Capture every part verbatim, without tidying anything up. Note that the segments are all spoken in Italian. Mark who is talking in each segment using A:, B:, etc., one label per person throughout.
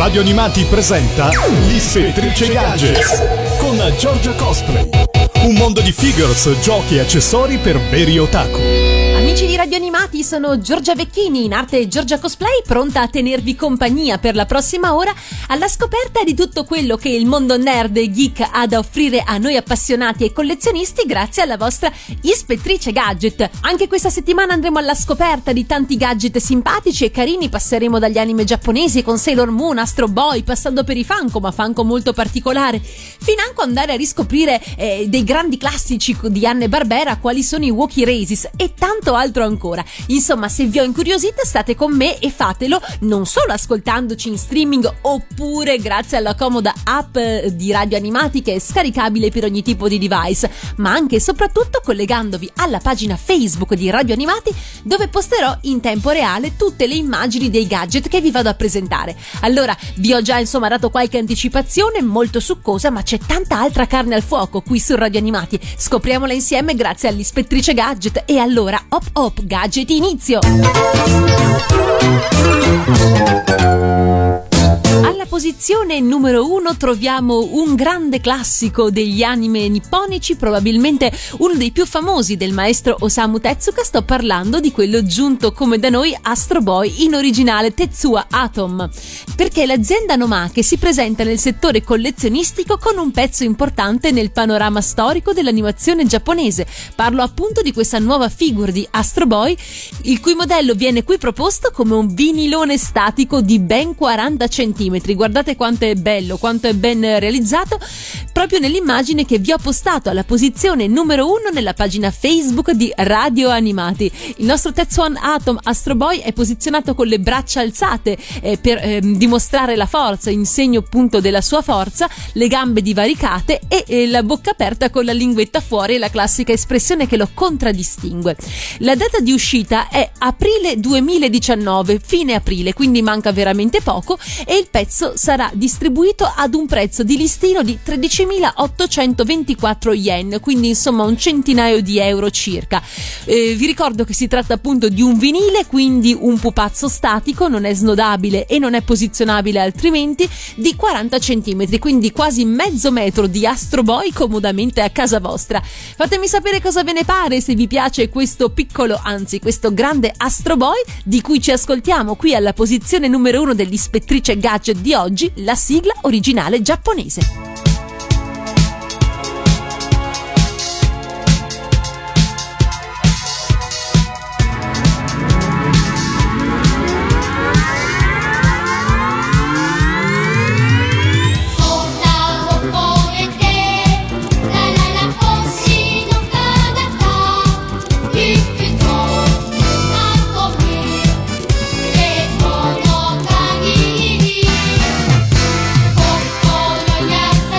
A: Radio Animati presenta l'Ispettrice Gadgets con Giorgia Cosplay. Un mondo di figures, giochi e accessori per veri otaku.
B: Amici di Radio Animati, sono Giorgia Vecchini, in arte Giorgia Cosplay, pronta a tenervi compagnia per la prossima ora alla scoperta di tutto quello che il mondo nerd e geek ha da offrire a noi appassionati e collezionisti grazie alla vostra Ispettrice Gadget. Anche questa settimana andremo alla scoperta di tanti gadget simpatici e carini, passeremo dagli anime giapponesi con Sailor Moon, Astro Boy, passando per i Funko, ma Funko molto particolare, financo andare a riscoprire eh, dei grandi classici di Hanna-Barbera quali sono i Wacky Races e tanto altro ancora. Insomma, se vi ho incuriosito, state con me e fatelo non solo ascoltandoci in streaming oppure grazie alla comoda app di Radio Animati che è scaricabile per ogni tipo di device, ma anche e soprattutto collegandovi alla pagina Facebook di Radio Animati, dove posterò in tempo reale tutte le immagini dei gadget che vi vado a presentare. Allora, vi ho già insomma dato qualche anticipazione molto succosa, ma c'è tanta altra carne al fuoco qui su Radio Animati. Scopriamola insieme grazie all'Ispettrice Gadget. E allora, hop hop gadget, inizio! Alla posizione numero uno troviamo un grande classico degli anime nipponici, probabilmente uno dei più famosi del maestro Osamu Tezuka. Sto parlando di quello giunto come da noi Astro Boy, in originale Tetsuya Atom, perché l'azienda Nomake si presenta nel settore collezionistico con un pezzo importante nel panorama storico dell'animazione giapponese. Parlo appunto di questa nuova figure di Astro Boy, il cui modello viene qui proposto come un vinilone statico di ben quaranta centimetri. Guardate quanto è bello, quanto è ben realizzato, proprio nell'immagine che vi ho postato alla posizione numero uno nella pagina Facebook di Radio Animati. Il nostro Tetsuya Atom Astro Boy è posizionato con le braccia alzate eh, per eh, dimostrare la forza, in segno appunto della sua forza, le gambe divaricate e eh, la bocca aperta con la linguetta fuori, la classica espressione che lo contraddistingue. La data di uscita è aprile duemiladiciannove, fine aprile, quindi manca veramente poco, e il pezzo sarà distribuito ad un prezzo di listino di tredicimilaottocentoventiquattro yen, quindi insomma un centinaio di euro circa. Eh, vi ricordo che si tratta appunto di un vinile, quindi un pupazzo statico, non è snodabile e non è posizionabile altrimenti, di quaranta centimetri, quindi quasi mezzo metro di Astro Boy comodamente a casa vostra. Fatemi sapere cosa ve ne pare, se vi piace questo piccolo, anzi questo grande Astro Boy, di cui ci ascoltiamo qui alla posizione numero uno dell'Ispettrice Gadget di oggi, la sigla originale giapponese.
C: Yes.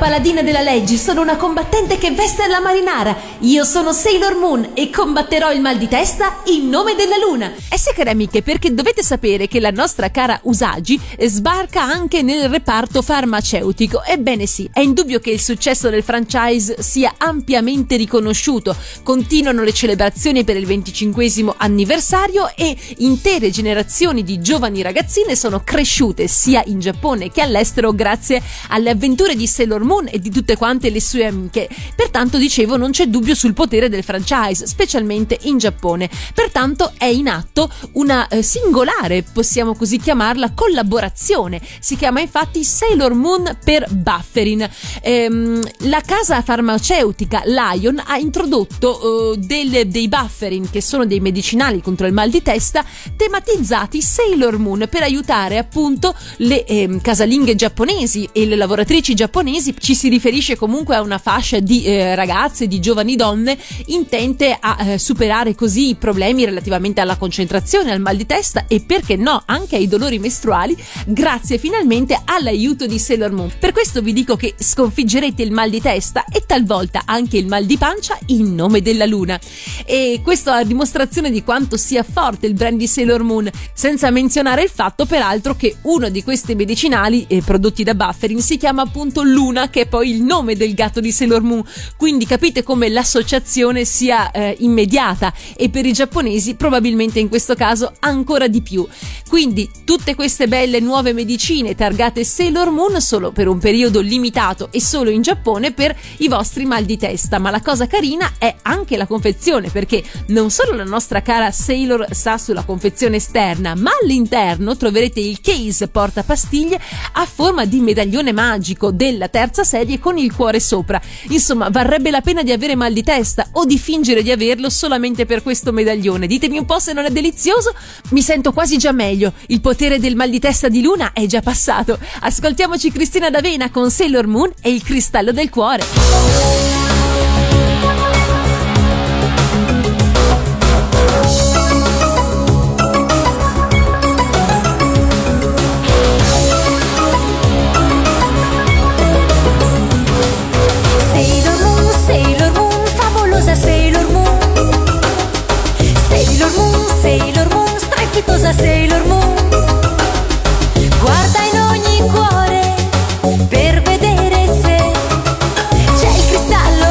B: paladina della legge, sono una combattente che veste la marinara. Io sono Sailor Moon e combatterò il mal di testa in nome della luna. E sì, cari amiche, perché dovete sapere che la nostra cara Usagi sbarca anche nel reparto farmaceutico. Ebbene sì, è indubbio che il successo del franchise sia ampiamente riconosciuto. Continuano le celebrazioni per il venticinquesimo anniversario e intere generazioni di giovani ragazzine sono cresciute sia in Giappone che all'estero grazie alle avventure di Sailor Moon e di tutte quante le sue amiche. Pertanto, dicevo, non c'è dubbio sul potere del franchise, specialmente in Giappone. Pertanto è in atto una eh, singolare, possiamo così chiamarla, collaborazione. Si chiama infatti Sailor Moon per Bufferin. Ehm, la casa farmaceutica Lion ha introdotto eh, delle, dei Bufferin, che sono dei medicinali contro il mal di testa, tematizzati Sailor Moon per aiutare appunto le eh, casalinghe giapponesi e le lavoratrici giapponesi. Ci si riferisce comunque a una fascia di eh, ragazze, di giovani donne intente a eh, superare così i problemi relativamente alla concentrazione, al mal di testa e, perché no, anche ai dolori mestruali, grazie finalmente all'aiuto di Sailor Moon. Per questo vi dico che sconfiggerete il mal di testa e talvolta anche il mal di pancia in nome della luna. E questo a dimostrazione di quanto sia forte il brand di Sailor Moon, senza menzionare il fatto peraltro che uno di questi medicinali eh, prodotti da Bufferin si chiama appunto Luna, che è poi il nome del gatto di Sailor Moon. Quindi capite come l'associazione sia eh, immediata, e per i giapponesi probabilmente in questo caso ancora di più. Quindi tutte queste belle nuove medicine targate Sailor Moon solo per un periodo limitato e solo in Giappone per i vostri mal di testa. Ma la cosa carina è anche la confezione, perché non solo la nostra cara Sailor sta sulla confezione esterna, ma all'interno troverete il case porta pastiglie a forma di medaglione magico della terza serie con il cuore sopra. Insomma, varrebbe la pena di avere mal di testa o di fingere di averlo solamente per questo medaglione. Ditemi un po' se non è delizioso. Mi sento quasi già meglio. Il potere del mal di testa di Luna è già passato. Ascoltiamoci Cristina D'Avena con Sailor Moon e il cristallo del cuore.
C: Sailor Moon, Sailor Moon, strepitosa Sailor Moon, guarda in ogni cuore per vedere se c'è il cristallo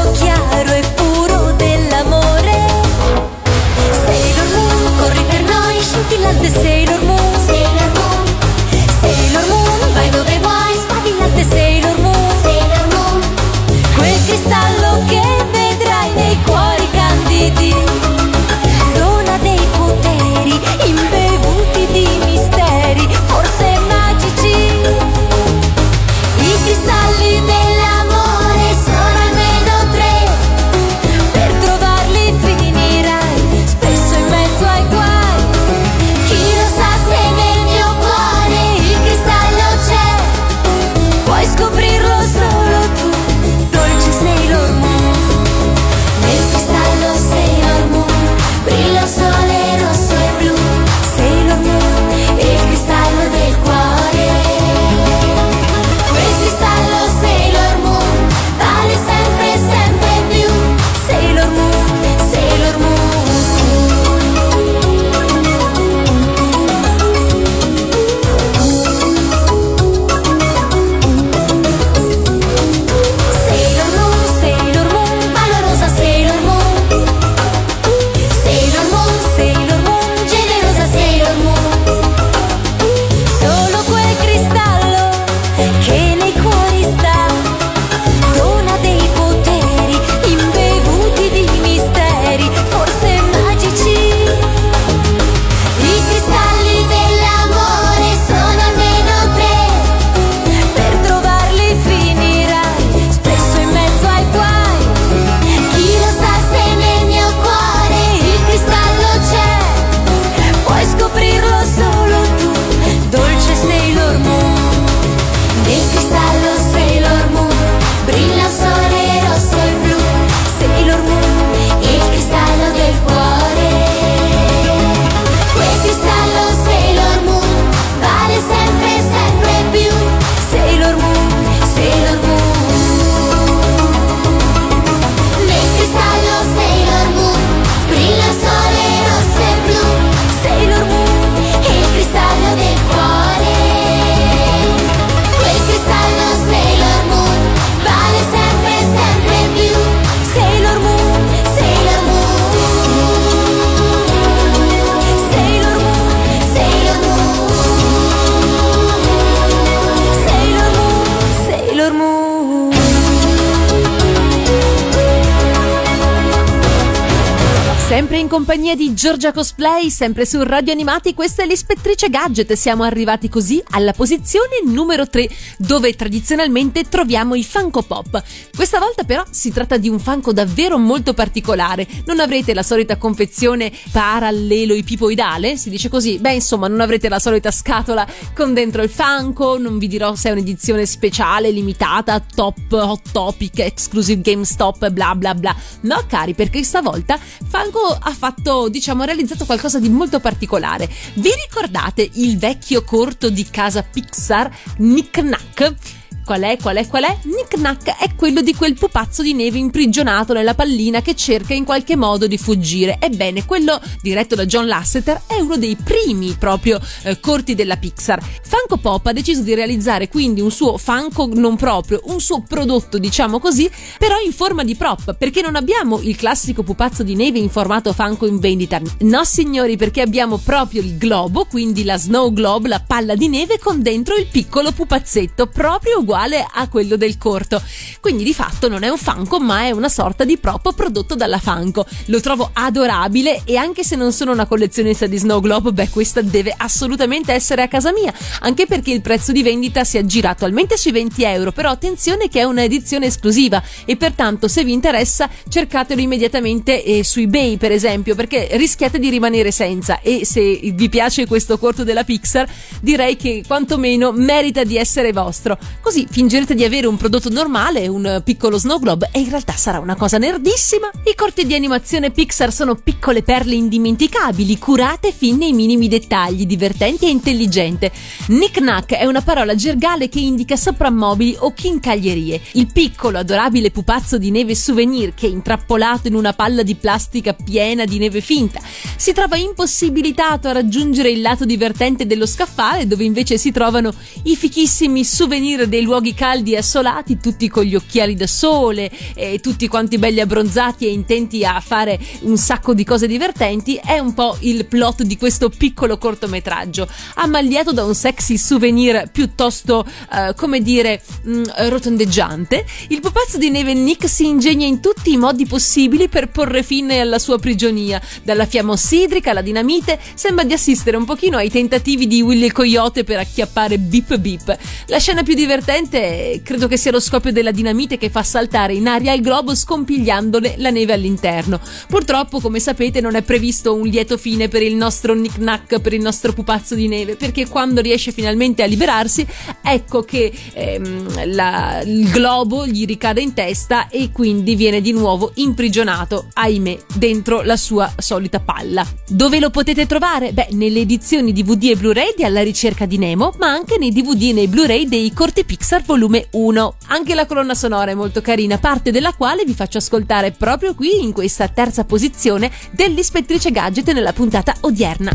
B: Sempre in compagnia di Giorgia Cosplay, sempre su Radio Animati, questa è l'Ispettrice Gadget. Siamo arrivati così alla posizione numero tre, dove tradizionalmente troviamo i Funko Pop. Questa volta però si tratta di un Funko davvero molto particolare. Non avrete la solita confezione parallelo ipipoidale, si dice così? Beh, insomma, non avrete la solita scatola con dentro il Funko, non vi dirò se è un'edizione speciale, limitata, top, hot topic, exclusive GameStop, bla bla bla. No, cari, perché stavolta Funko ha fatto, diciamo, realizzato qualcosa di molto particolare. Vi ricordate il vecchio corto di casa Pixar, Nick Nack? Qual è, qual è, qual è? Nick Nack è quello di quel pupazzo di neve imprigionato nella pallina che cerca in qualche modo di fuggire. Ebbene, quello diretto da John Lasseter è uno dei primi proprio eh, corti della Pixar. Funko Pop ha deciso di realizzare quindi un suo Funko non proprio, un suo prodotto, diciamo così, però in forma di prop, perché non abbiamo il classico pupazzo di neve in formato Funko in vendita. No signori, perché abbiamo proprio il globo, quindi la Snow Globe, la palla di neve con dentro il piccolo pupazzetto, proprio uguale uguale a quello del corto. Quindi di fatto non è un Funko, ma è una sorta di prop prodotto dalla Funko. Lo trovo adorabile e anche se non sono una collezionista di Snow Globe, beh, questa deve assolutamente essere a casa mia, anche perché il prezzo di vendita si aggira attualmente sui venti euro, però attenzione che è una edizione esclusiva e pertanto se vi interessa cercatelo immediatamente eh, su eBay per esempio, perché rischiate di rimanere senza, e se vi piace questo corto della Pixar direi che quantomeno merita di essere vostro, così fingerete di avere un prodotto normale, un piccolo Snow Globe, e in realtà sarà una cosa nerdissima. I corti di animazione Pixar sono piccole perle indimenticabili, curate fin nei minimi dettagli, divertenti e intelligente. Nick Nack è una parola gergale che indica soprammobili o chincaglierie. Il piccolo adorabile pupazzo di neve souvenir che, intrappolato in una palla di plastica piena di neve finta, si trova impossibilitato a raggiungere il lato divertente dello scaffale, dove invece si trovano i fichissimi souvenir dei luoghi caldi e assolati, tutti con gli occhiali da sole e tutti quanti belli abbronzati e intenti a fare un sacco di cose divertenti. È un po' il plot di questo piccolo cortometraggio, ammagliato da un sexy souvenir piuttosto uh, come dire mh, rotondeggiante. Il pupazzo di neve Nick si ingegna in tutti i modi possibili per porre fine alla sua prigionia, dalla fiamma ossidrica alla dinamite. Sembra di assistere un pochino ai tentativi di Willy il Coyote per acchiappare Bip Bip. La scena più divertente credo che sia lo scoppio della dinamite che fa saltare in aria il globo scompigliandone la neve all'interno. Purtroppo, come sapete, non è previsto un lieto fine per il nostro Nick Nack, per il nostro pupazzo di neve, perché quando riesce finalmente a liberarsi, ecco che ehm, la, il globo gli ricade in testa e quindi viene di nuovo imprigionato, ahimè, dentro la sua solita palla. Dove lo potete trovare? Beh, nelle edizioni D V D e Blu-ray di Alla ricerca di Nemo, ma anche nei D V D e nei Blu-ray dei corti Pixar volume uno. Anche la colonna sonora è molto carina, parte della quale vi faccio ascoltare proprio qui in questa terza posizione dell'Ispettrice Gadget nella puntata odierna.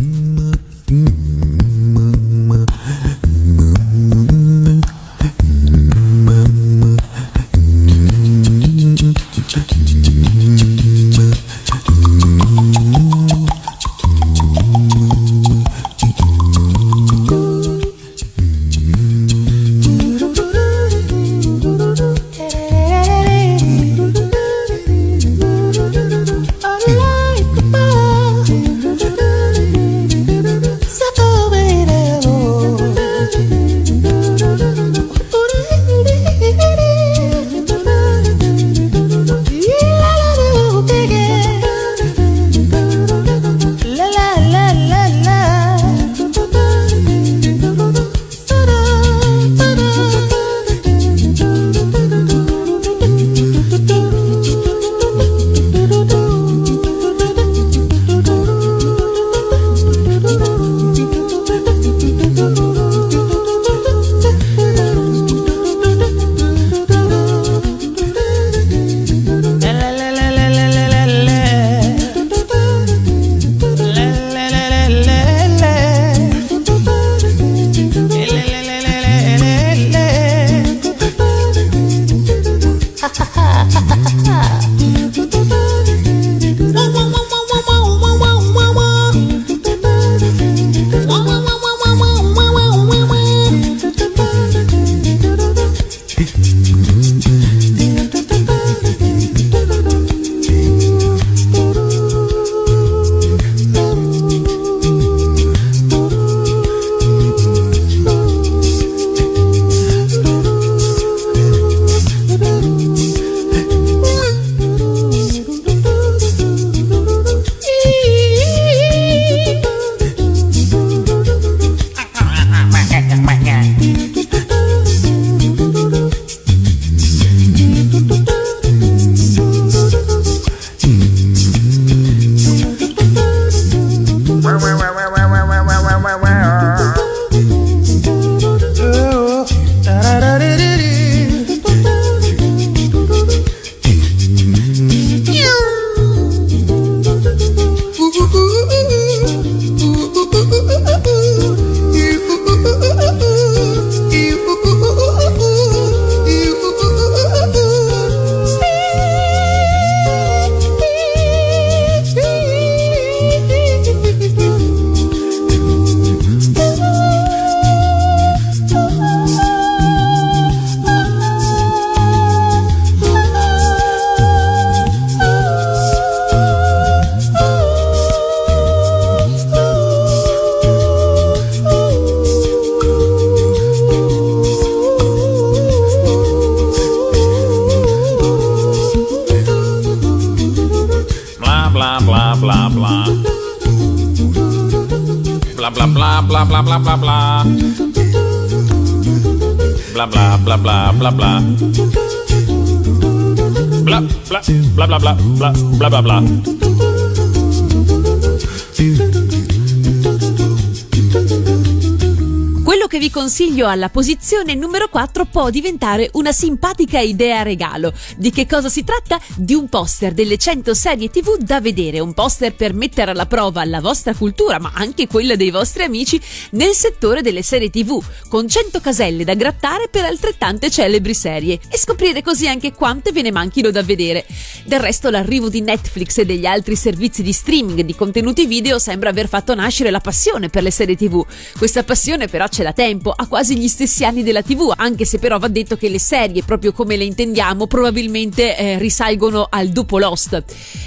C: Suffer
D: bla bla bla bla. Bla bla bla bla bla bla bla bla. Bla bla bla bla bla bla. Bla bla bla bla bla bla bla bla bla.
B: Quello che vi consiglio alla posizione numero quattro può diventare una simpatica idea regalo. Di che cosa si tratta? Di un poster delle cento serie tv da vedere, un poster per mettere alla prova la vostra cultura, ma anche quella dei vostri amici nel settore delle serie tv, con cento caselle da grattare per altrettante celebri serie e scoprire così anche quante ve ne manchino da vedere. Del resto l'arrivo di Netflix e degli altri servizi di streaming di contenuti video sembra aver fatto nascere la passione per le serie tv. Questa passione però c'è da tempo, ha quasi gli stessi anni della tv, anche se però va detto che le serie, proprio come le intendiamo, probabilmente eh, risalgono al dopo Lost.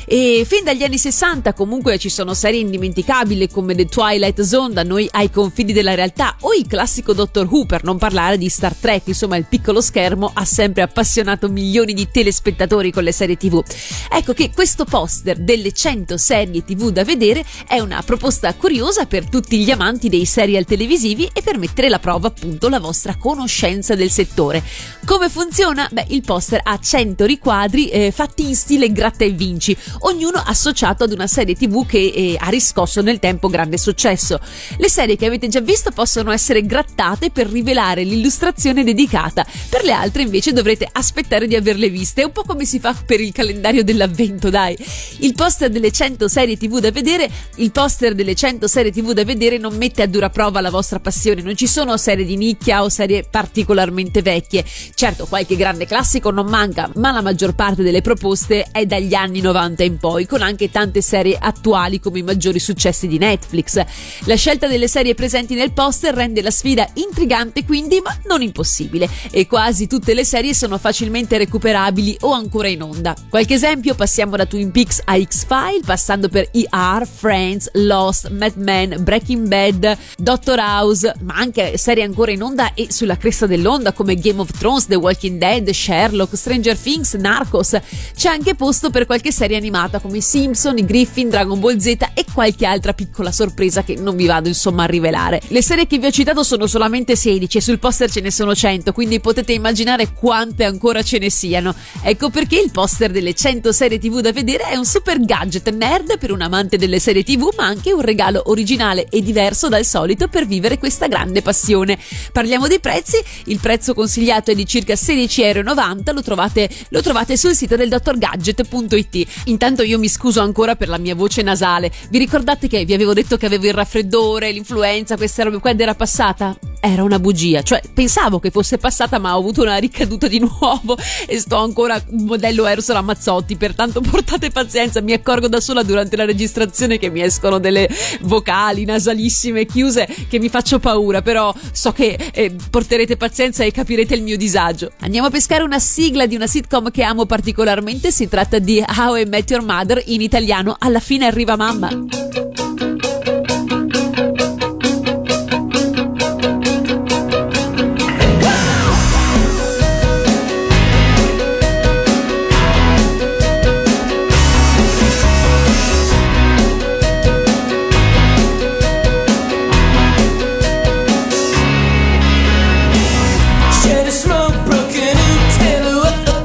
B: E fin dagli anni sessanta comunque ci sono serie indimenticabili come The Twilight Zone, da noi ai confini della realtà, o il classico Doctor Who, per non parlare di Star Trek. Insomma, il piccolo schermo ha sempre appassionato milioni di telespettatori con le serie tv. Ecco che questo poster delle cento serie tv da vedere è una proposta curiosa per tutti gli amanti dei serial televisivi e per mettere alla prova appunto la vostra conoscenza del settore. Come funziona? Beh, il poster ha cento riquadri eh, fatti in stile gratta e vinci, ognuno associato ad una serie tv che eh, ha riscosso nel tempo grande successo. Le serie che avete già visto possono essere grattate per rivelare l'illustrazione dedicata, per le altre invece dovrete aspettare di averle viste. È un po' come si fa per il calendario dell'avvento, dai. Il poster delle cento serie tv da vedere, il poster delle cento serie tv da vedere non mette a dura prova la vostra passione, non ci sono serie di nicchia o serie particolarmente vecchie. Certo, qualche grande classico non manca, ma la maggior parte delle proposte è dagli anni novanta in poi, con anche tante serie attuali come i maggiori successi di Netflix. La scelta delle serie presenti nel poster rende la sfida intrigante quindi, ma non impossibile, e quasi tutte le serie sono facilmente recuperabili o ancora in onda. Qualche esempio: passiamo da Twin Peaks a X-Files, passando per E R, Friends, Lost, Mad Men, Breaking Bad, Doctor House, ma anche serie ancora in onda e sulla cresta dell'onda come Game of Thrones, The Walking Dead, Sherlock, Stranger Things, Narcos. C'è anche posto per qualche serie animata come i Simpson, i Griffin, Dragon Ball Z e qualche altra piccola sorpresa che non vi vado insomma a rivelare. Le serie che vi ho citato sono solamente sedici e sul poster ce ne sono cento, quindi potete immaginare quante ancora ce ne siano. Ecco perché il poster delle cento serie tv da vedere è un super gadget nerd per un amante delle serie tv, ma anche un regalo originale e diverso dal solito per vivere questa grande passione. Parliamo dei prezzi: il prezzo consigliato è di circa sedici virgola novanta euro, lo trovate, lo trovate sul sito del dottor gadget punto it. Intanto io mi scuso ancora per la mia voce nasale. Vi ricordate che vi avevo detto che avevo il raffreddore, l'influenza, queste robe qua, ed era passata? Era una bugia, cioè pensavo che fosse passata, ma ho avuto una ricaduta di nuovo e sto ancora modello Eros Ramazzotti, pertanto portate pazienza. Mi accorgo da sola durante la registrazione che mi escono delle vocali nasalissime chiuse che mi faccio paura, però so che eh, porterete pazienza e capirete il mio disagio. Andiamo a pescare una sigla di una sitcom che amo particolarmente, si tratta di How I Met Your Mother, in italiano Alla fine arriva mamma.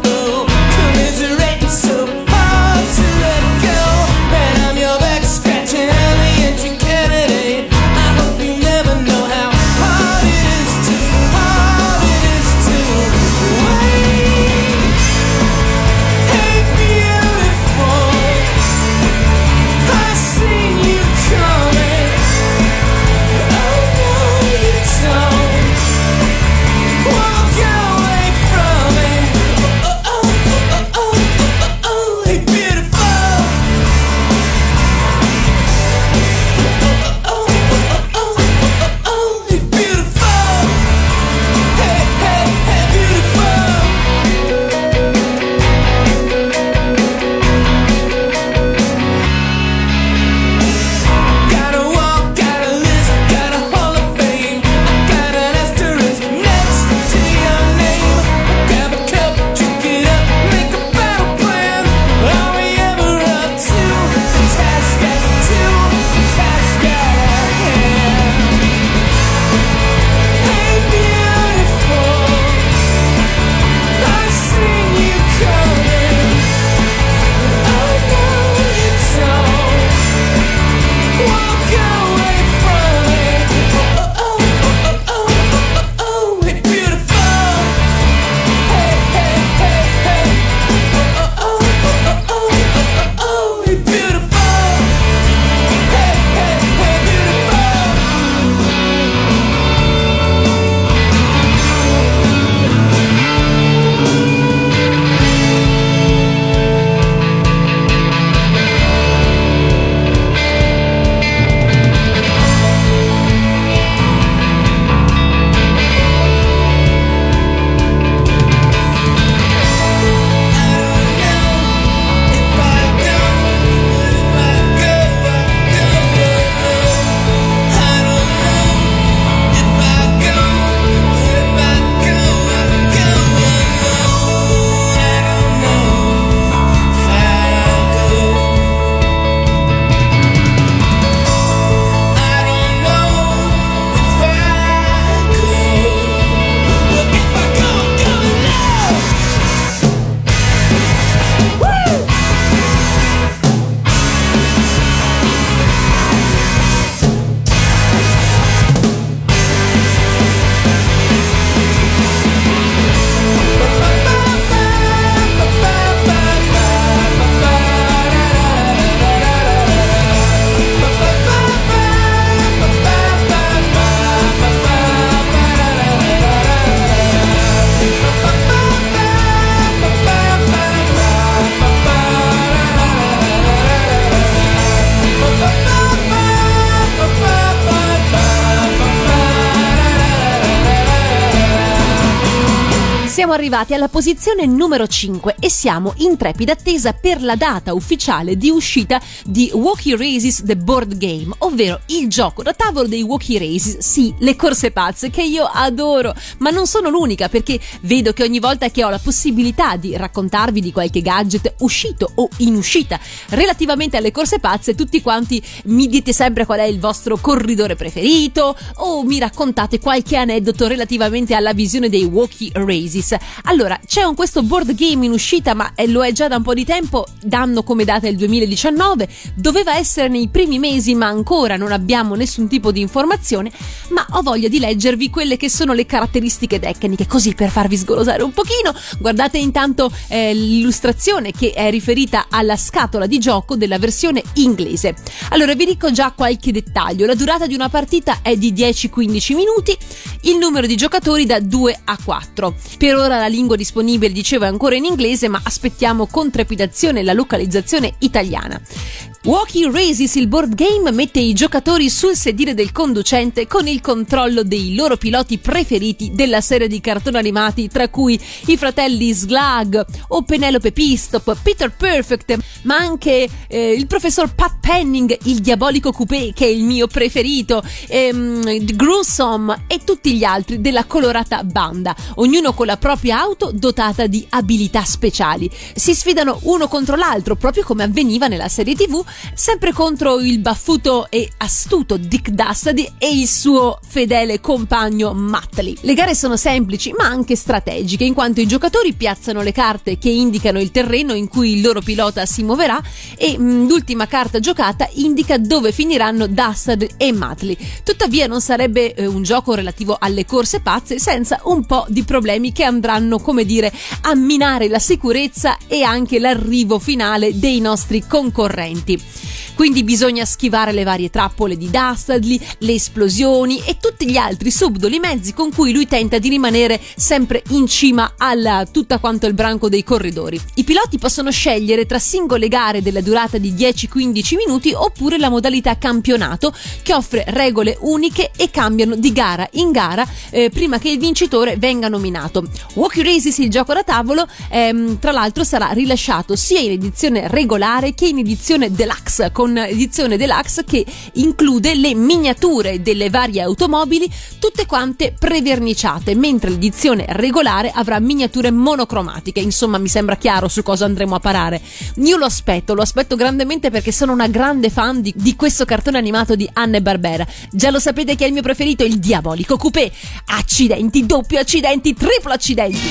E: Commiserate, so hard to let go. And I'm your back scratcher.
B: Siamo arrivati alla posizione numero cinque e siamo in trepida attesa per la data ufficiale di uscita di Wacky Races The Board Game, ovvero il gioco da tavolo dei Wacky Races, sì, le corse pazze che io adoro, ma non sono l'unica, perché vedo che ogni volta che ho la possibilità di raccontarvi di qualche gadget uscito o in uscita relativamente alle corse pazze, tutti quanti mi dite sempre qual è il vostro corridore preferito o mi raccontate qualche aneddoto relativamente alla visione dei Wacky Races. Allora, c'è un questo board game in uscita, ma lo è già da un po' di tempo, danno come data il duemiladiciannove, doveva essere nei primi mesi, ma ancora non abbiamo nessun tipo di informazione, ma ho voglia di leggervi quelle che sono le caratteristiche tecniche, così per farvi sgolosare un pochino. Guardate intanto eh, l'illustrazione che è riferita alla scatola di gioco della versione inglese. Allora, vi dico già qualche dettaglio: la durata di una partita è di dieci quindici minuti, il numero di giocatori da due a quattro. Per ora la lingua disponibile, dicevo, è ancora in inglese, ma aspettiamo con trepidazione la localizzazione italiana. Wacky Races, il board game, mette i giocatori sul sedile del conducente con il controllo dei loro piloti preferiti della serie di cartoni animati, tra cui i fratelli Slug o Penelope Pistop, Peter Perfect, ma anche eh, il professor Pat Penning, il diabolico Coupé, che è il mio preferito, ehm, Gruesome e tutti gli altri della colorata banda, ognuno con la propria auto dotata di abilità speciali. Si sfidano uno contro l'altro, proprio come avveniva nella serie tivù, sempre contro il baffuto e astuto Dick Dastardly e il suo fedele compagno Muttley. Le gare sono semplici ma anche strategiche, in quanto i giocatori piazzano le carte che indicano il terreno in cui il loro pilota si muoverà e mh, l'ultima carta giocata indica dove finiranno Dastardly e Muttley. Tuttavia non sarebbe eh, un gioco relativo alle corse pazze senza un po' di problemi che andranno, come dire, a minare la sicurezza e anche l'arrivo finale dei nostri concorrenti. Quindi bisogna schivare le varie trappole di Dastardly, le esplosioni e tutti gli altri subdoli mezzi con cui lui tenta di rimanere sempre in cima a tutta quanto il branco dei corridori. I piloti possono scegliere tra singole gare della durata di dieci quindici minuti oppure la modalità campionato, che offre regole uniche e cambiano di gara in gara eh, prima che il vincitore venga nominato. Wacky Races, il gioco da tavolo, ehm, tra l'altro sarà rilasciato sia in edizione regolare che in edizione deluxe, con edizione deluxe che include le miniature delle varie automobili tutte quante preverniciate, mentre l'edizione regolare avrà miniature monocromatiche. Insomma, mi sembra chiaro su cosa andremo a parare. Io lo aspetto, lo aspetto grandemente, perché sono una grande fan di, di questo cartone animato di Hanna-Barbera. Già lo sapete che è il mio preferito, il diabolico Coupé. Accidenti, doppio accidenti, triplo accidenti.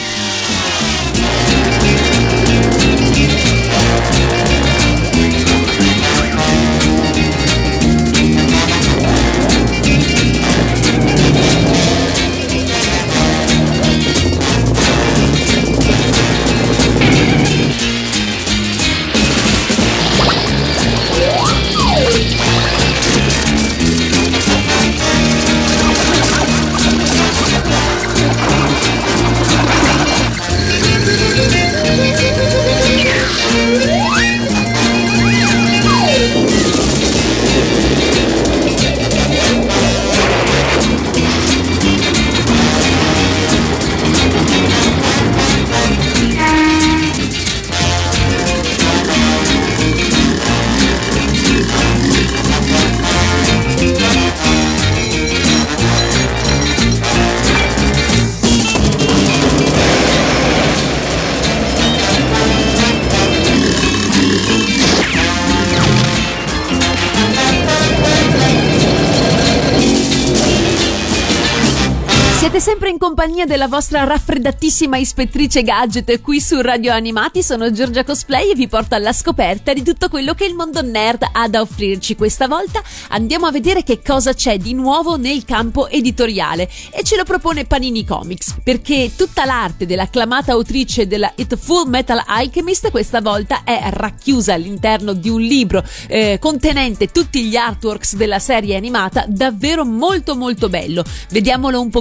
B: Sempre in compagnia della vostra raffreddatissima ispettrice gadget qui su Radio Animati. Sono Giorgia Cosplay e vi porto alla scoperta di tutto quello che il mondo nerd ha da offrirci. Questa volta andiamo a vedere che cosa c'è di nuovo nel campo editoriale e ce lo propone Panini Comics, perché tutta l'arte dell'acclamata autrice della It Full Metal Alchemist questa volta è racchiusa all'interno di un libro eh, contenente tutti gli artworks della serie animata, davvero molto molto bello. Vediamolo un pochino nel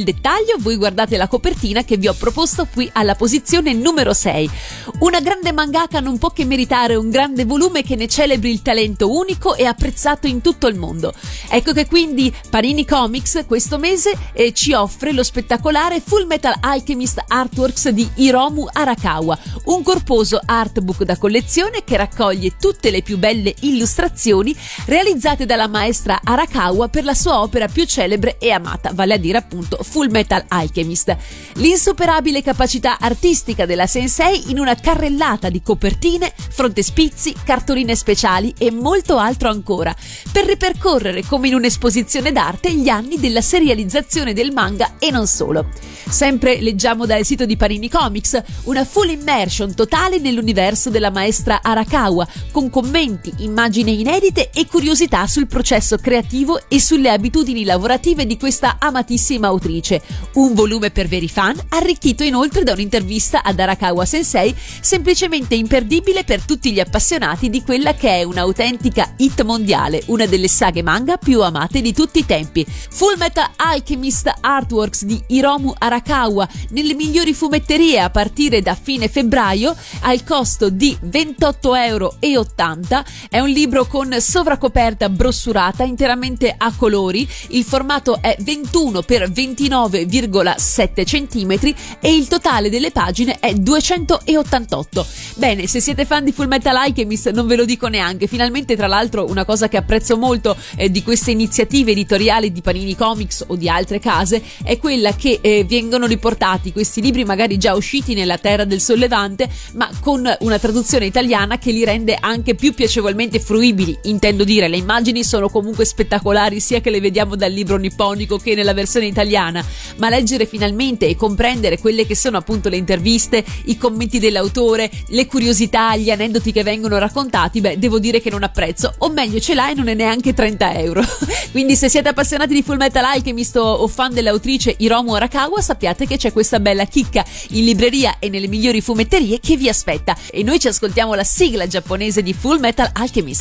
B: dettaglio, voi guardate la copertina che vi ho proposto qui alla posizione numero sei. Una grande mangaka non può che meritare un grande volume che ne celebri il talento unico e apprezzato in tutto il mondo. Ecco che quindi Panini Comics questo mese eh, ci offre lo spettacolare Full Metal Alchemist Artworks di Hiromu Arakawa, un corposo artbook da collezione che raccoglie tutte le più belle illustrazioni realizzate dalla maestra Arakawa per la sua opera più celebre e amata, vale a dire appunto Full Metal Alchemist. L'insuperabile capacità artistica della sensei in una carrellata di copertine, frontespizi, cartoline speciali e molto altro ancora, per ripercorrere come in un'esposizione d'arte gli anni della serializzazione del manga e non solo. Sempre leggiamo dal sito di Panini Comics una full immersion totale nell'universo della maestra Arakawa, con commenti, immagini inedite e curiosità sul processo creativo e sulle abitudini lavorative di questa amatissima autrice. Un volume per veri fan, arricchito inoltre da un'intervista ad Arakawa Sensei, semplicemente imperdibile per tutti gli appassionati di quella che è un'autentica hit mondiale, una delle saghe manga più amate di tutti i tempi. Full Metal Alchemist Artworks di Hiromu Arakawa nelle migliori fumetterie a partire da fine febbraio al costo di ventotto euro e ottanta. È un libro con sovracoperta brossurata interamente a colori, il formato è ventuno per ventinove virgola sette centimetri e il totale delle pagine è duecentottantotto. Bene, se siete fan di Full Metal Alchemist non ve lo dico neanche. Finalmente, tra l'altro, una cosa che apprezzo molto eh, di queste iniziative editoriali di Panini Comics o di altre case è quella che eh, vengono riportati questi libri magari già usciti nella terra del sollevante, ma con una traduzione italiana che li rende anche più piacevolmente fruibili. Intendo dire, le immagini sono comunque spettacolari sia che le vediamo dal libro nipponico che nella versione italiana, ma leggere finalmente e comprendere quelle che sono appunto le interviste, i commenti dell'autore, le curiosità, gli aneddoti che vengono raccontati, beh, devo dire che non apprezzo, o meglio ce l'ha e non è neanche trenta euro. Quindi se siete appassionati di Full Metal Alchemist o fan dell'autrice Hiromu Arakawa, sappiate che c'è questa bella chicca in libreria e nelle migliori fumetterie che vi aspetta, e noi ci ascoltiamo la sigla giapponese di Full Metal Alchemist.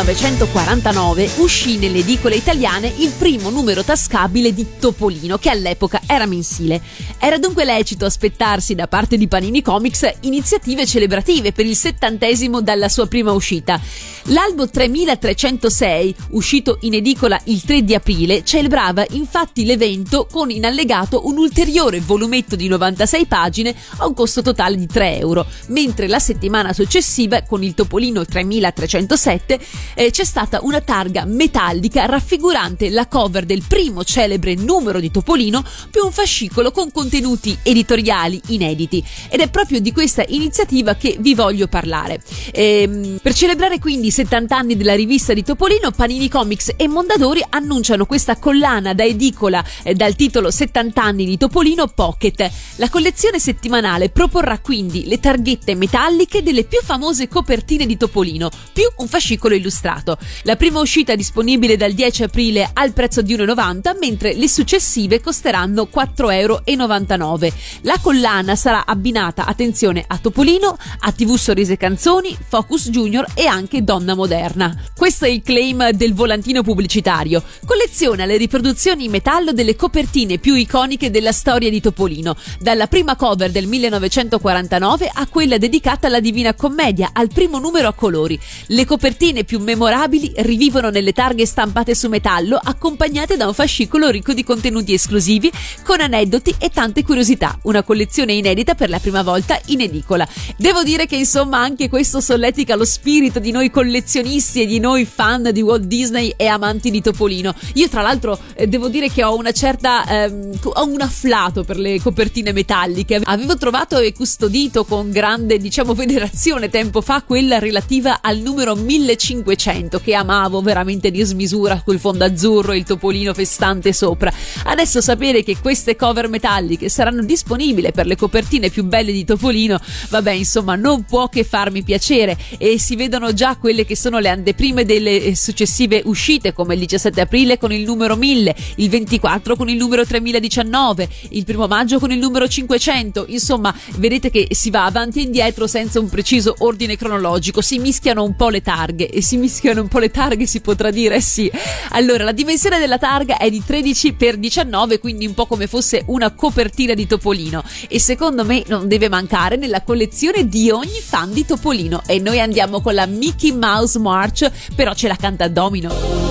B: millenovecentoquarantanove uscì nelle edicole italiane il primo numero tascabile di Topolino, che all'epoca era mensile. Era dunque lecito aspettarsi da parte di Panini Comics iniziative celebrative per il settantesimo dalla sua prima uscita. L'albo tremilatrecentosei, uscito in edicola il tre di aprile, celebrava infatti l'evento con in allegato un ulteriore volumetto di novantasei pagine a un costo totale di tre euro, mentre la settimana successiva, con il Topolino tremilatrecentosette, eh, c'è stata una targa metallica raffigurante la cover del primo celebre numero di Topolino più un fascicolo con contenuti editoriali inediti, ed è proprio di questa iniziativa che vi voglio parlare. Ehm, per celebrare quindi i settanta anni della rivista di Topolino, Panini Comics e Mondadori annunciano questa collana da edicola eh, dal titolo settanta anni di Topolino Pocket. La collezione settimanale proporrà quindi le targhette metalliche delle più famose copertine di Topolino, più un fascicolo illustrato. La prima uscita è disponibile dal dieci aprile al prezzo di uno e novanta, mentre le successive costeranno quattro euro e novantanove. La collana sarà abbinata, attenzione, a Topolino, a T V Sorrisi Canzoni, Focus Junior e anche Donna Moderna. Questo è il claim del volantino pubblicitario. Colleziona le riproduzioni in metallo delle copertine più iconiche della storia di Topolino, dalla prima cover del millenovecentoquarantanove a quella dedicata alla Divina Commedia, al primo numero a colori. Le copertine più memorabili rivivono nelle targhe stampate su metallo, accompagnate da un fascicolo ricco di contenuti esclusivi, con aneddoti e tante curiosità. Una collezione inedita per la prima volta in edicola. Devo dire che insomma anche questo solletica lo spirito di noi collezionisti e di noi fan di Walt Disney e amanti di Topolino. Io tra l'altro eh, devo dire che ho una certa ehm, ho un afflato per le copertine metalliche. Avevo trovato e custodito con grande, diciamo, venerazione tempo fa quella relativa al numero millecinquecento, che amavo veramente di smisura, col fondo azzurro e il topolino festante sopra. Adesso sapere che queste cover metalliche saranno disponibili per le copertine più belle di Topolino, vabbè, insomma, non può che farmi piacere. E si vedono già quelle che sono le anteprime delle successive uscite, come il diciassette aprile con il numero mille, il ventiquattro con il numero tremiladiciannove, il primo maggio con il numero cinquecento. Insomma, vedete che si va avanti e indietro senza un preciso ordine cronologico, si mischiano un po' le targhe e si mischiano un po' le targhe si potrà dire, sì. Allora, la dimensione della targa è di tredici per diciannove, quindi un po' come fosse una copertina di Topolino, e secondo me non deve mancare nella collezione di ogni fan di Topolino. E noi andiamo con la Mickey Mouse March, però ce la canta Domino.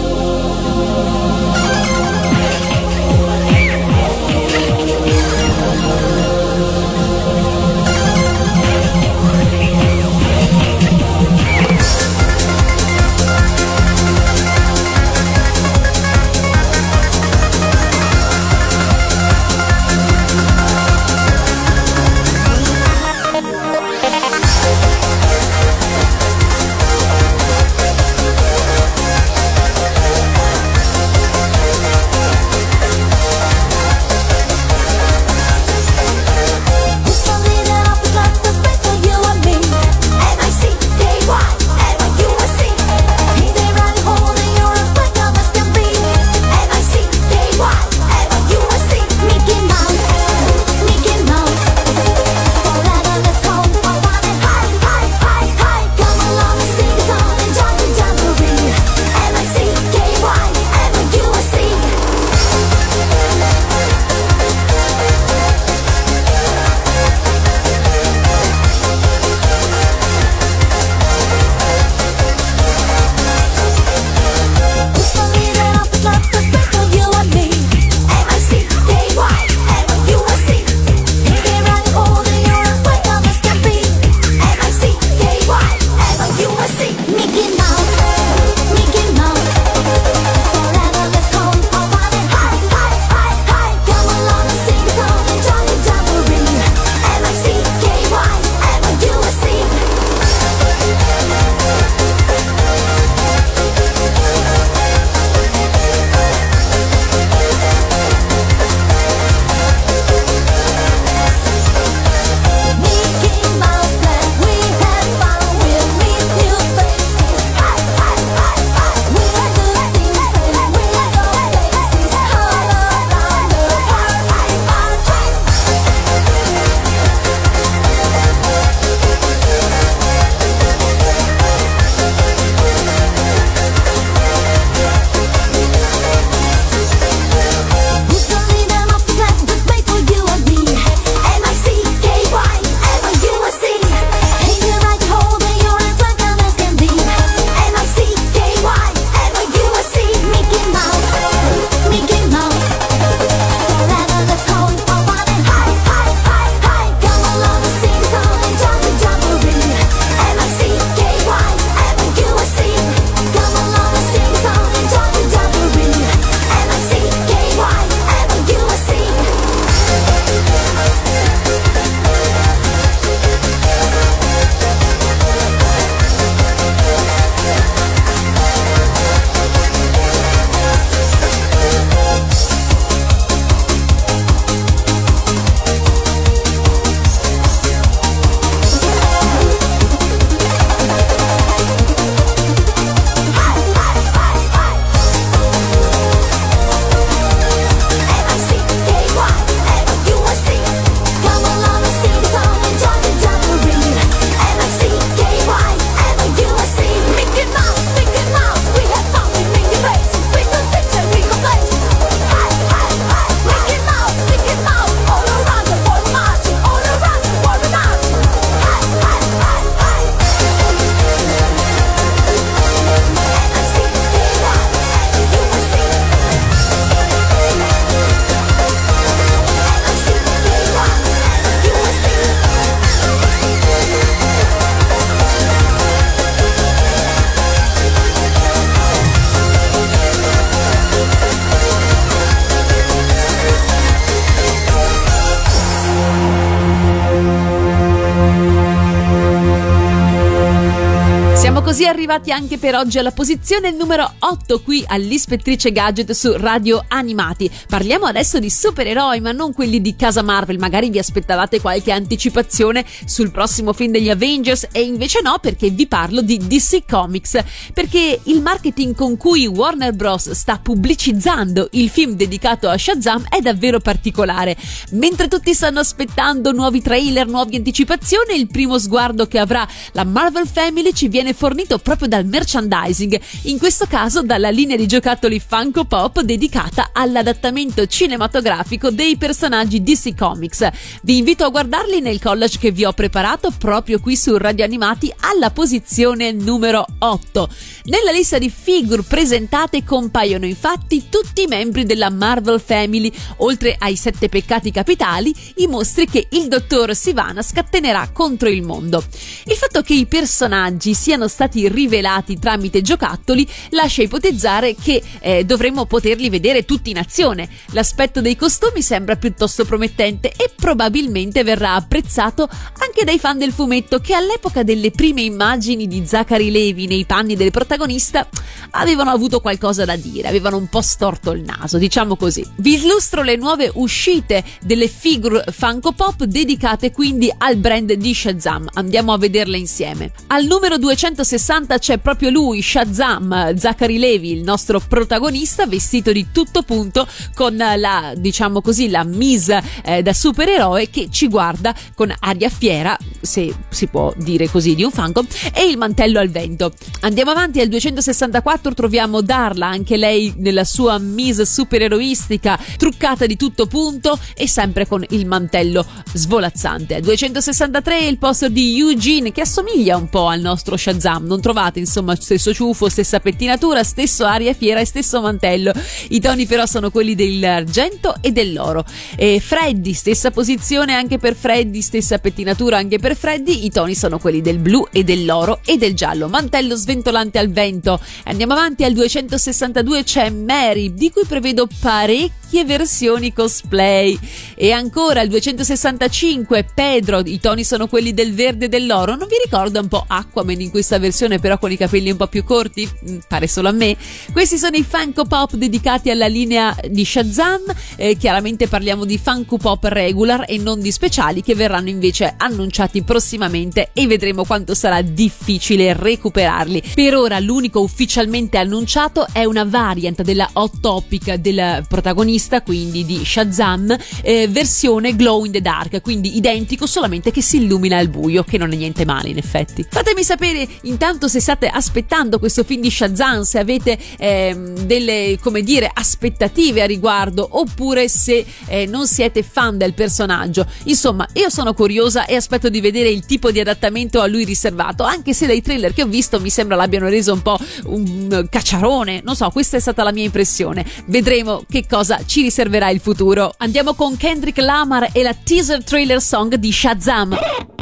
B: così arrivati anche per oggi alla posizione numero otto qui all'Ispettrice Gadget su Radio Animati. Parliamo adesso di supereroi, ma non quelli di casa Marvel. Magari vi aspettavate qualche anticipazione sul prossimo film degli Avengers, e invece no, perché vi parlo di D C Comics, perché il marketing con cui Warner Bros. Sta pubblicizzando il film dedicato a Shazam è davvero particolare. Mentre tutti stanno aspettando nuovi trailer, nuove anticipazioni, il primo sguardo che avrà la Marvel Family ci viene fornito proprio dal merchandising, in questo caso dalla linea di giocattoli Funko Pop dedicata all'adattamento cinematografico dei personaggi D C Comics. Vi invito a guardarli nel collage che vi ho preparato proprio qui su Radio Animati alla posizione numero otto. Nella lista di figure presentate compaiono infatti tutti i membri della Marvel Family, oltre ai sette peccati capitali, i mostri che il dottor Sivana scatenerà contro il mondo. Il fatto che i personaggi siano stati rivelati tramite giocattoli lascia ipotizzare che eh, dovremmo poterli vedere tutti in azione. L'aspetto dei costumi sembra piuttosto promettente e probabilmente verrà apprezzato anche dai fan del fumetto, che all'epoca delle prime immagini di Zachary Levi nei panni del protagonista avevano avuto qualcosa da dire, avevano un po' storto il naso, diciamo così. Vi illustro le nuove uscite delle figure Funko Pop dedicate quindi al brand di Shazam. Andiamo a vederle insieme. Al numero duecentosessanta c'è proprio lui, Shazam, Zachary Levi, il nostro protagonista, vestito di tutto punto, con la, diciamo così, la mise eh, da supereroe che ci guarda con aria fiera, se si può dire così, di un Funko, e il mantello al vento. Andiamo avanti, al duecentosessantaquattro troviamo Darla, anche lei nella sua mise supereroistica, truccata di tutto punto e sempre con il mantello svolazzante. Al duecentosessantatré il poster di Eugene, che assomiglia un po' al nostro Shazam, non trovate? Insomma, stesso ciuffo, stessa pettinatura, stesso aria fiera e stesso mantello. I toni però sono quelli dell'argento e dell'oro. E Freddy, stessa posizione anche per Freddy, stessa pettinatura anche per Freddy, i toni sono quelli del blu e dell'oro e del giallo, mantello sventolante al vento. Andiamo avanti, al duecentosessantadue c'è Mary, di cui prevedo parecchie versioni cosplay. E ancora al duecentosessantacinque Pedro, i toni sono quelli del verde e dell'oro. Non vi ricorda un po' Aquaman in questa versione, però con i capelli un po' più corti? Mm, pare solo a me. Questi sono i Funko Pop dedicati alla linea di Shazam. Eh, chiaramente parliamo di Funko Pop regular e non di speciali, che verranno invece annunciati prossimamente e vedremo quanto sarà difficile recuperarli. Per ora l'unico ufficialmente annunciato è una variant della Hot Topic del protagonista, quindi di Shazam, eh, versione glow in the dark, quindi identico, solamente che si illumina al buio, che non è niente male in effetti. Fatemi sapere intanto se state aspettando questo film di Shazam, se avete ehm, delle, come dire, aspettative a riguardo, oppure se eh, non siete fan del personaggio. Insomma, io sono curiosa e aspetto di vedere il tipo di adattamento a lui riservato, anche se dai trailer che ho visto mi sembra l'abbiano reso un po' un cacciarone, non so, questa è stata la mia impressione. Vedremo che cosa ci riserverà il futuro. Andiamo con Kendrick Lamar e la teaser trailer song di Shazam.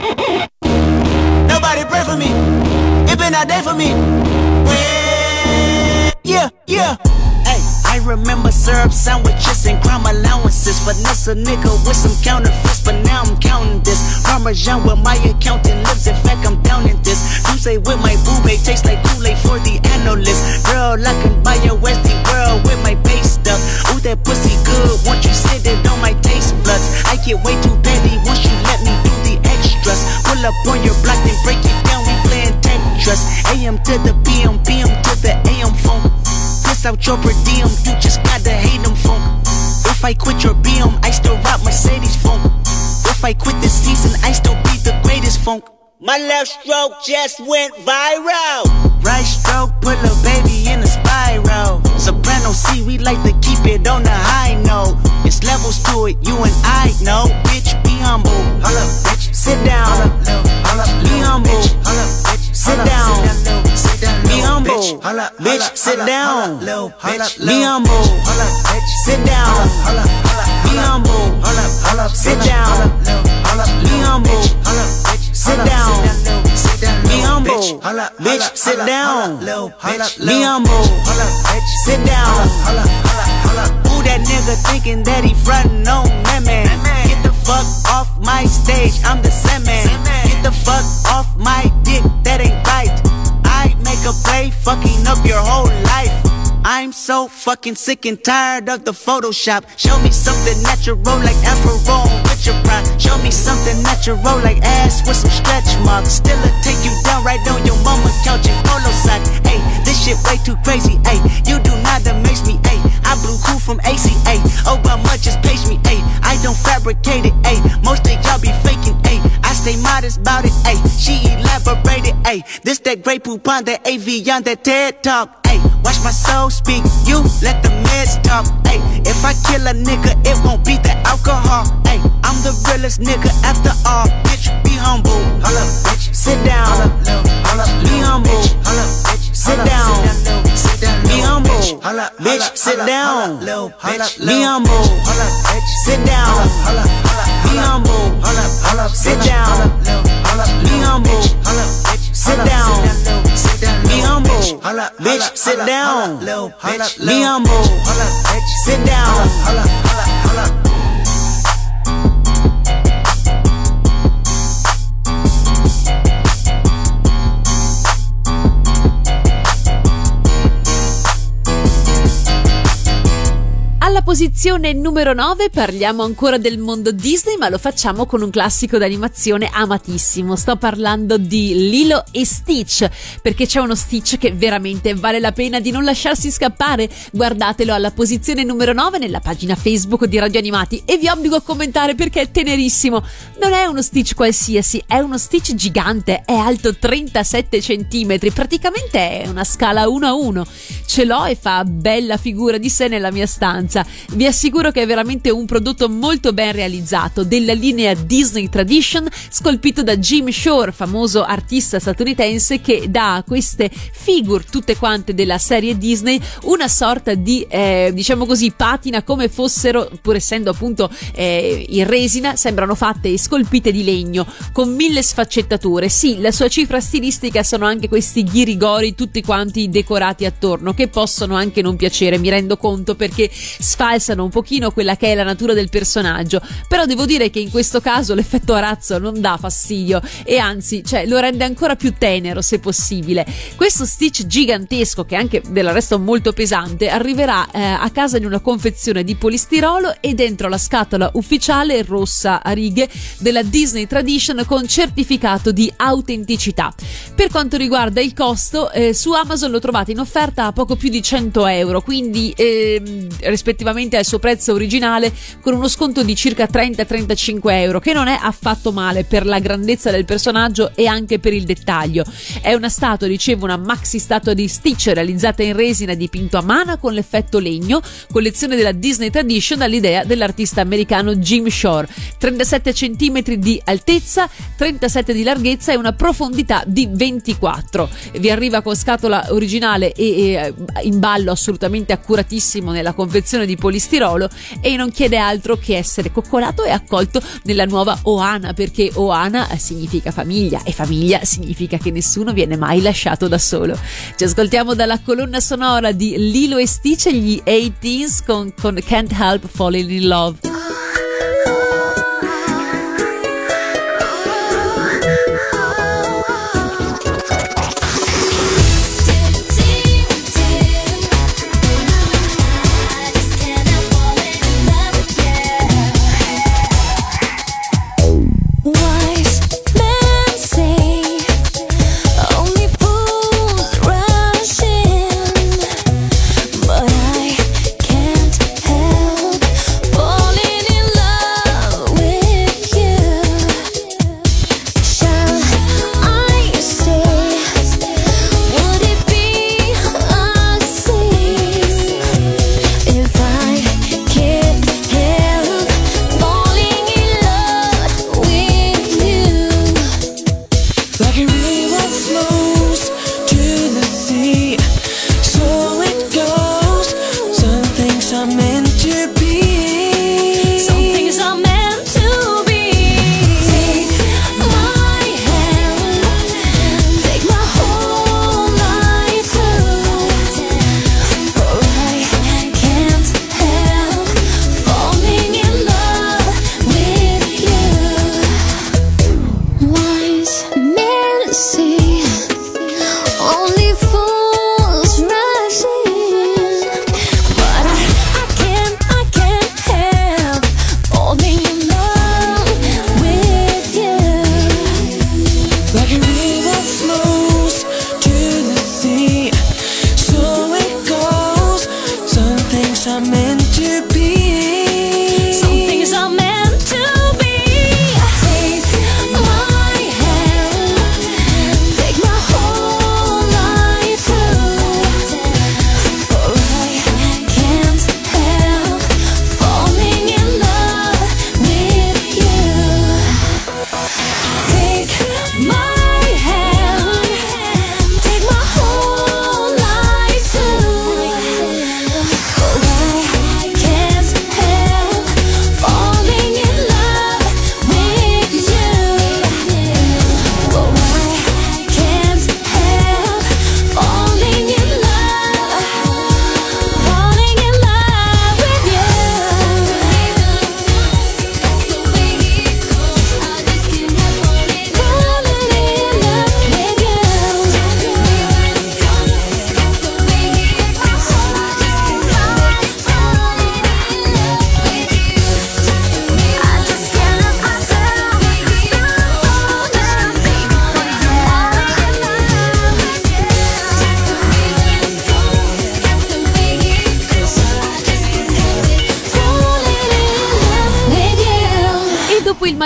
E: Nobody pray for me. It been a day for me. Yeah, yeah. Hey, I remember syrup sandwiches and crime allowances. Finesse a nigga with some counterfeits, but now I'm counting this. Parmesan with my accountant lives. In fact, I'm down in this. You say with my boo babe tastes like Kool-Aid for the analyst. Girl, I can buy a Westie world with my base stuff. Ooh, that pussy good. Once you sit it on my taste buds, I get way too petty once you let me do the extras. Pull up on your block and break it down. We playing Tetris. A M to the P M, P M to the A M phone. Piss out your per diem, you just gotta hate them funk. If I quit your B M, I still rock Mercedes funk. If I quit this season, I still be the greatest funk. My left stroke just went viral. Right stroke put a baby in a spiral. Soprano C, we like to keep it on the high note. It's levels to it, you and I know. Bitch, be humble. Hold up, bitch. Sit down. Hold up, be humble. Hold up, bitch. Sit down. Be humble. Bitch, sit down. Be humble. Sit down. Be humble. Sit down. Be humble. Sit down. Be humble. Bitch, sit down. Be humble. Sit down. Who that nigga thinking that he frontin' on that man? Get the fuck off my stage, I'm the Sandman. Get the fuck off my dick, that ain't right. I so fucking sick and tired of the Photoshop. Show me something natural like Afro with your pride. Show me something natural like ass with some stretch marks. Still a take you down right on your mama couch in polo socks. Ay, this shit way too crazy. Ay, you do not amaze me. Ay, I blew cool from A C A. Oh, but much just page me. Ay, I don't fabricate it. Ay, most of y'all be faking. Ay, I stay modest about it. Ay, she elaborated. Ay, this that great poop on that A V on that TED Talk. Ay, watch my soul speak. You let the meds talk. Ay, if I kill a nigga, it won't be the alcohol. Ay, I'm the realest nigga after all. Bitch, be humble. Hold up, bitch. Sit down. Hold up, be humble. Hold up, bitch. Sit down. Be humble. Bitch, sit down. Be humble. Sit down. Be humble. Sit down. Be humble. Sit down. Be humble. Bitch, sit down. Be humble. Sit down.
B: Alla posizione numero nove parliamo ancora del mondo Disney, ma lo facciamo con un classico d'animazione amatissimo. Sto parlando di Lilo e Stitch, perché c'è uno Stitch che veramente vale la pena di non lasciarsi scappare. Guardatelo alla posizione numero nove nella pagina Facebook di Radio Animati e vi obbligo a commentare perché è tenerissimo. Non è uno Stitch qualsiasi, è uno Stitch gigante, è alto trentasette centimetri, praticamente è una scala uno a uno. Ce l'ho e fa bella figura di sé nella mia stanza. Vi assicuro che è veramente un prodotto molto ben realizzato, della linea Disney Tradition, scolpito da Jim Shore, famoso artista statunitense che dà a queste figure, tutte quante della serie Disney, una sorta di, eh, diciamo così, patina, come fossero, pur essendo appunto eh, in resina, sembrano fatte e scolpite di legno, con mille sfaccettature. Sì, la sua cifra stilistica sono anche questi ghirigori tutti quanti decorati attorno, che possono anche non piacere, mi rendo conto, perché sfalsano un pochino quella che è la natura del personaggio, però devo dire che in questo caso l'effetto arazzo non dà fastidio e anzi, cioè, lo rende ancora più tenero se possibile. Questo Stitch gigantesco, che è anche del resto molto pesante, arriverà eh, a casa in una confezione di polistirolo e dentro la scatola ufficiale rossa a righe della Disney Tradition con certificato di autenticità. Per quanto riguarda il costo, eh, su Amazon lo trovate in offerta a poco più di cento euro, quindi eh, rispettivamente al suo prezzo originale, con uno sconto di circa trenta trentacinque euro, che non è affatto male per la grandezza del personaggio e anche per il dettaglio. È una statua, dicevo, una maxi statua di Stitch realizzata in resina dipinto a mano con l'effetto legno, collezione della Disney Tradition all'idea dell'artista americano Jim Shore. trentasette centimetri di altezza, trentasette di larghezza e una profondità di ventiquattro. Vi arriva con scatola originale e, e imballo assolutamente accuratissimo nella confezione di polistirolo e non chiede altro che essere coccolato e accolto nella nuova Ohana, perché Ohana significa famiglia e famiglia significa che nessuno viene mai lasciato da solo. Ci ascoltiamo dalla colonna sonora di Lilo e Stitch, gli eighteens con, con Can't Help Falling in Love.
C: But I can't help falling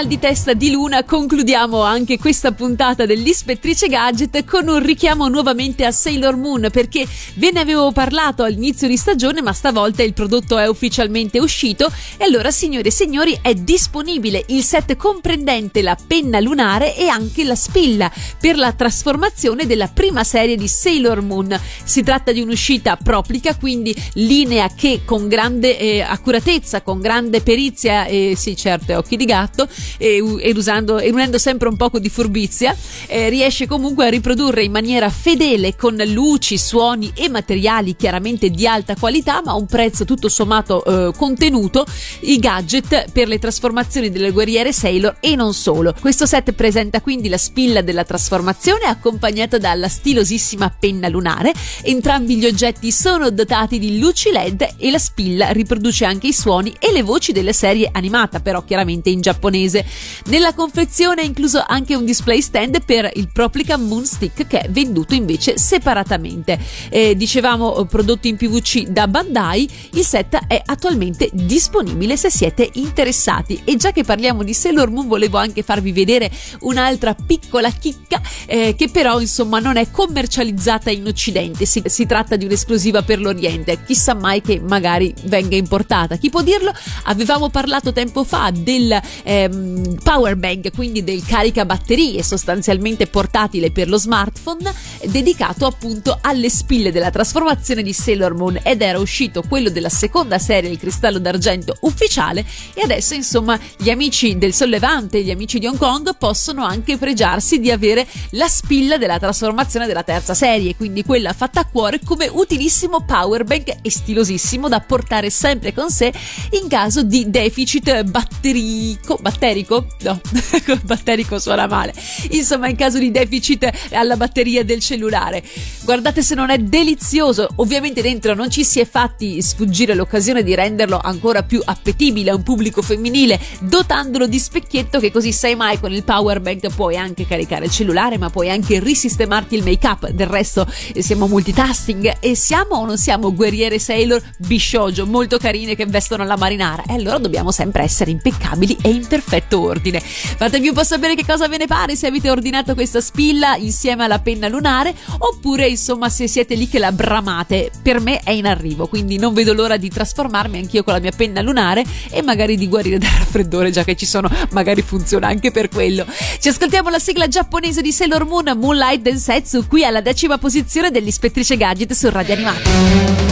B: mal di testa di Luna concludiamo anche questa puntata dell'Ispettrice Gadget con un richiamo nuovamente a Sailor Moon, perché ve ne avevo parlato all'inizio di stagione, ma stavolta il prodotto è ufficialmente uscito e allora, signore e signori, è disponibile il set comprendente la penna lunare e anche la spilla per la trasformazione della prima serie di Sailor Moon. Si tratta di un'uscita proplica, quindi linea che con grande eh, accuratezza, con grande perizia e sì certo è occhi di gatto e, ed usando e unendo sempre un poco di furbizia eh, riesce comunque a riprodurre in maniera fedele, con luci, suoni e materiali chiaramente di alta qualità ma a un prezzo tutto sommato eh, contenuto, i gadget per le trasformazioni delle guerriere Sailor e non solo. Questo set presenta quindi la spilla della trasformazione accompagnata dalla stilosissima penna lunare. Entrambi gli oggetti sono dotati di luci led e la spilla riproduce anche i suoni e le voci delle serie animata, però chiaramente in giapponese. Nella confezione è incluso anche un display stand per il Proplica Moon Stick, che è venduto invece separatamente. Eh, dicevamo prodotto in P V C da Bandai, il set è attualmente disponibile se siete interessati. E già che parliamo di Sailor Moon volevo anche farvi vedere un'altra piccola chicca eh, che però insomma non è commercializzata in Occidente, si, si tratta di un'esclusiva per l'Oriente, chissà mai che magari venga importata, chi può dirlo. Avevamo parlato tempo fa del ehm, power bank, quindi del caricabatterie sostanzialmente portatile per lo smartphone, dedicato appunto alle spille della trasformazione di Sailor Moon, ed era uscito quello della seconda serie, il cristallo d'argento ufficiale, e adesso insomma gli amici del Sollevante, gli amici di Hong Kong possono anche pregiarsi di avere la spilla della trasformazione della terza serie, quindi quella fatta a cuore come utilissimo power bank e stilosissimo da portare sempre con sé in caso di deficit batterico batterico no batterico suona male, insomma in caso di deficit alla batteria del cellulare. Guardate se non è delizioso. Ovviamente dentro non ci si è fatti sfuggire l'occasione di renderlo ancora più appetibile a un pubblico femminile, dotandolo di specchietto, che così sai mai con il power bank puoi anche caricare il cellulare ma puoi anche risistemarti il make up. Del resto eh, siamo multitasking e siamo o non siamo guerriere Sailor bisciojo molto carine che vestono la marinara, e allora dobbiamo sempre essere impeccabili e in perfetto ordine. Fatemi un po' sapere che cosa ve ne pare, se avete ordinato questa spilla insieme alla penna lunare oppure insomma se siete lì che la bramate. Per me è in arrivo, quindi non vedo l'ora di trasformarmi anch'io con la mia penna lunare e magari di guarire dal raffreddore, già che ci sono, magari funziona anche per quello. Ci ascoltiamo la sigla giapponese di Sailor Moon, Moonlight Densetsu, qui alla decima posizione dell'Ispettrice Gadget su Radio Animati.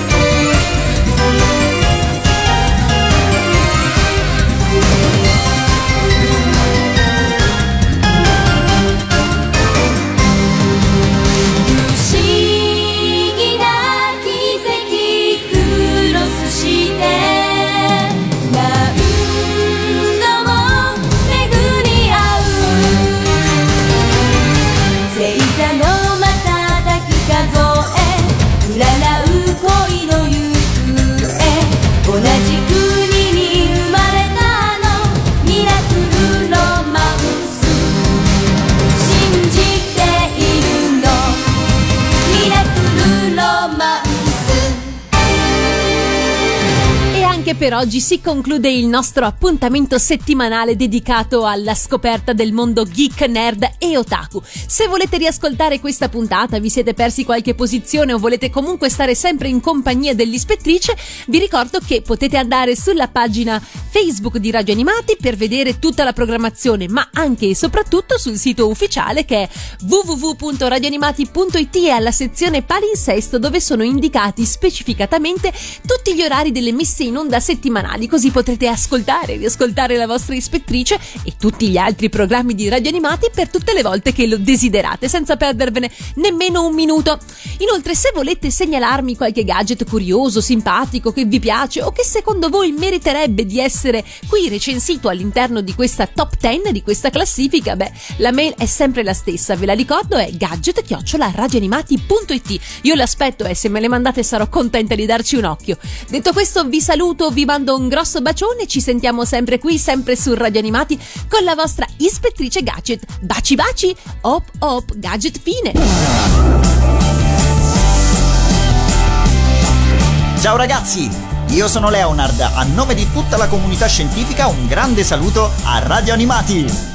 F: 「
B: per oggi si conclude il nostro appuntamento settimanale dedicato alla scoperta del mondo geek, nerd e otaku. Se volete riascoltare questa puntata, vi siete persi qualche posizione o volete comunque stare sempre in compagnia dell'Ispettrice, vi ricordo che potete andare sulla pagina Facebook di Radio Animati per vedere tutta la programmazione, ma anche e soprattutto sul sito ufficiale che è w w w punto radioanimati punto i t e alla sezione palinsesto, dove sono indicati specificatamente tutti gli orari delle messe in onda settimanali, così potrete ascoltare e riascoltare la vostra Ispettrice e tutti gli altri programmi di Radio Animati per tutte le volte che lo desiderate, senza perdervene nemmeno un minuto. Inoltre, se volete segnalarmi qualche gadget curioso, simpatico, che vi piace o che secondo voi meriterebbe di essere qui recensito all'interno di questa top dieci, di questa classifica, beh, la mail è sempre la stessa, ve la ricordo, è gadget chiocciola radioanimati punto i t. Io l'aspetto e se me le mandate sarò contenta di darci un occhio. Detto questo, vi saluto, vi mando un grosso bacione, ci sentiamo sempre qui, sempre su Radio Animati, con la vostra Ispettrice Gadget. Baci baci, hop hop, gadget fine.
F: Ciao ragazzi, io sono Leonard, a nome di tutta la comunità scientifica un grande saluto a Radio Animati.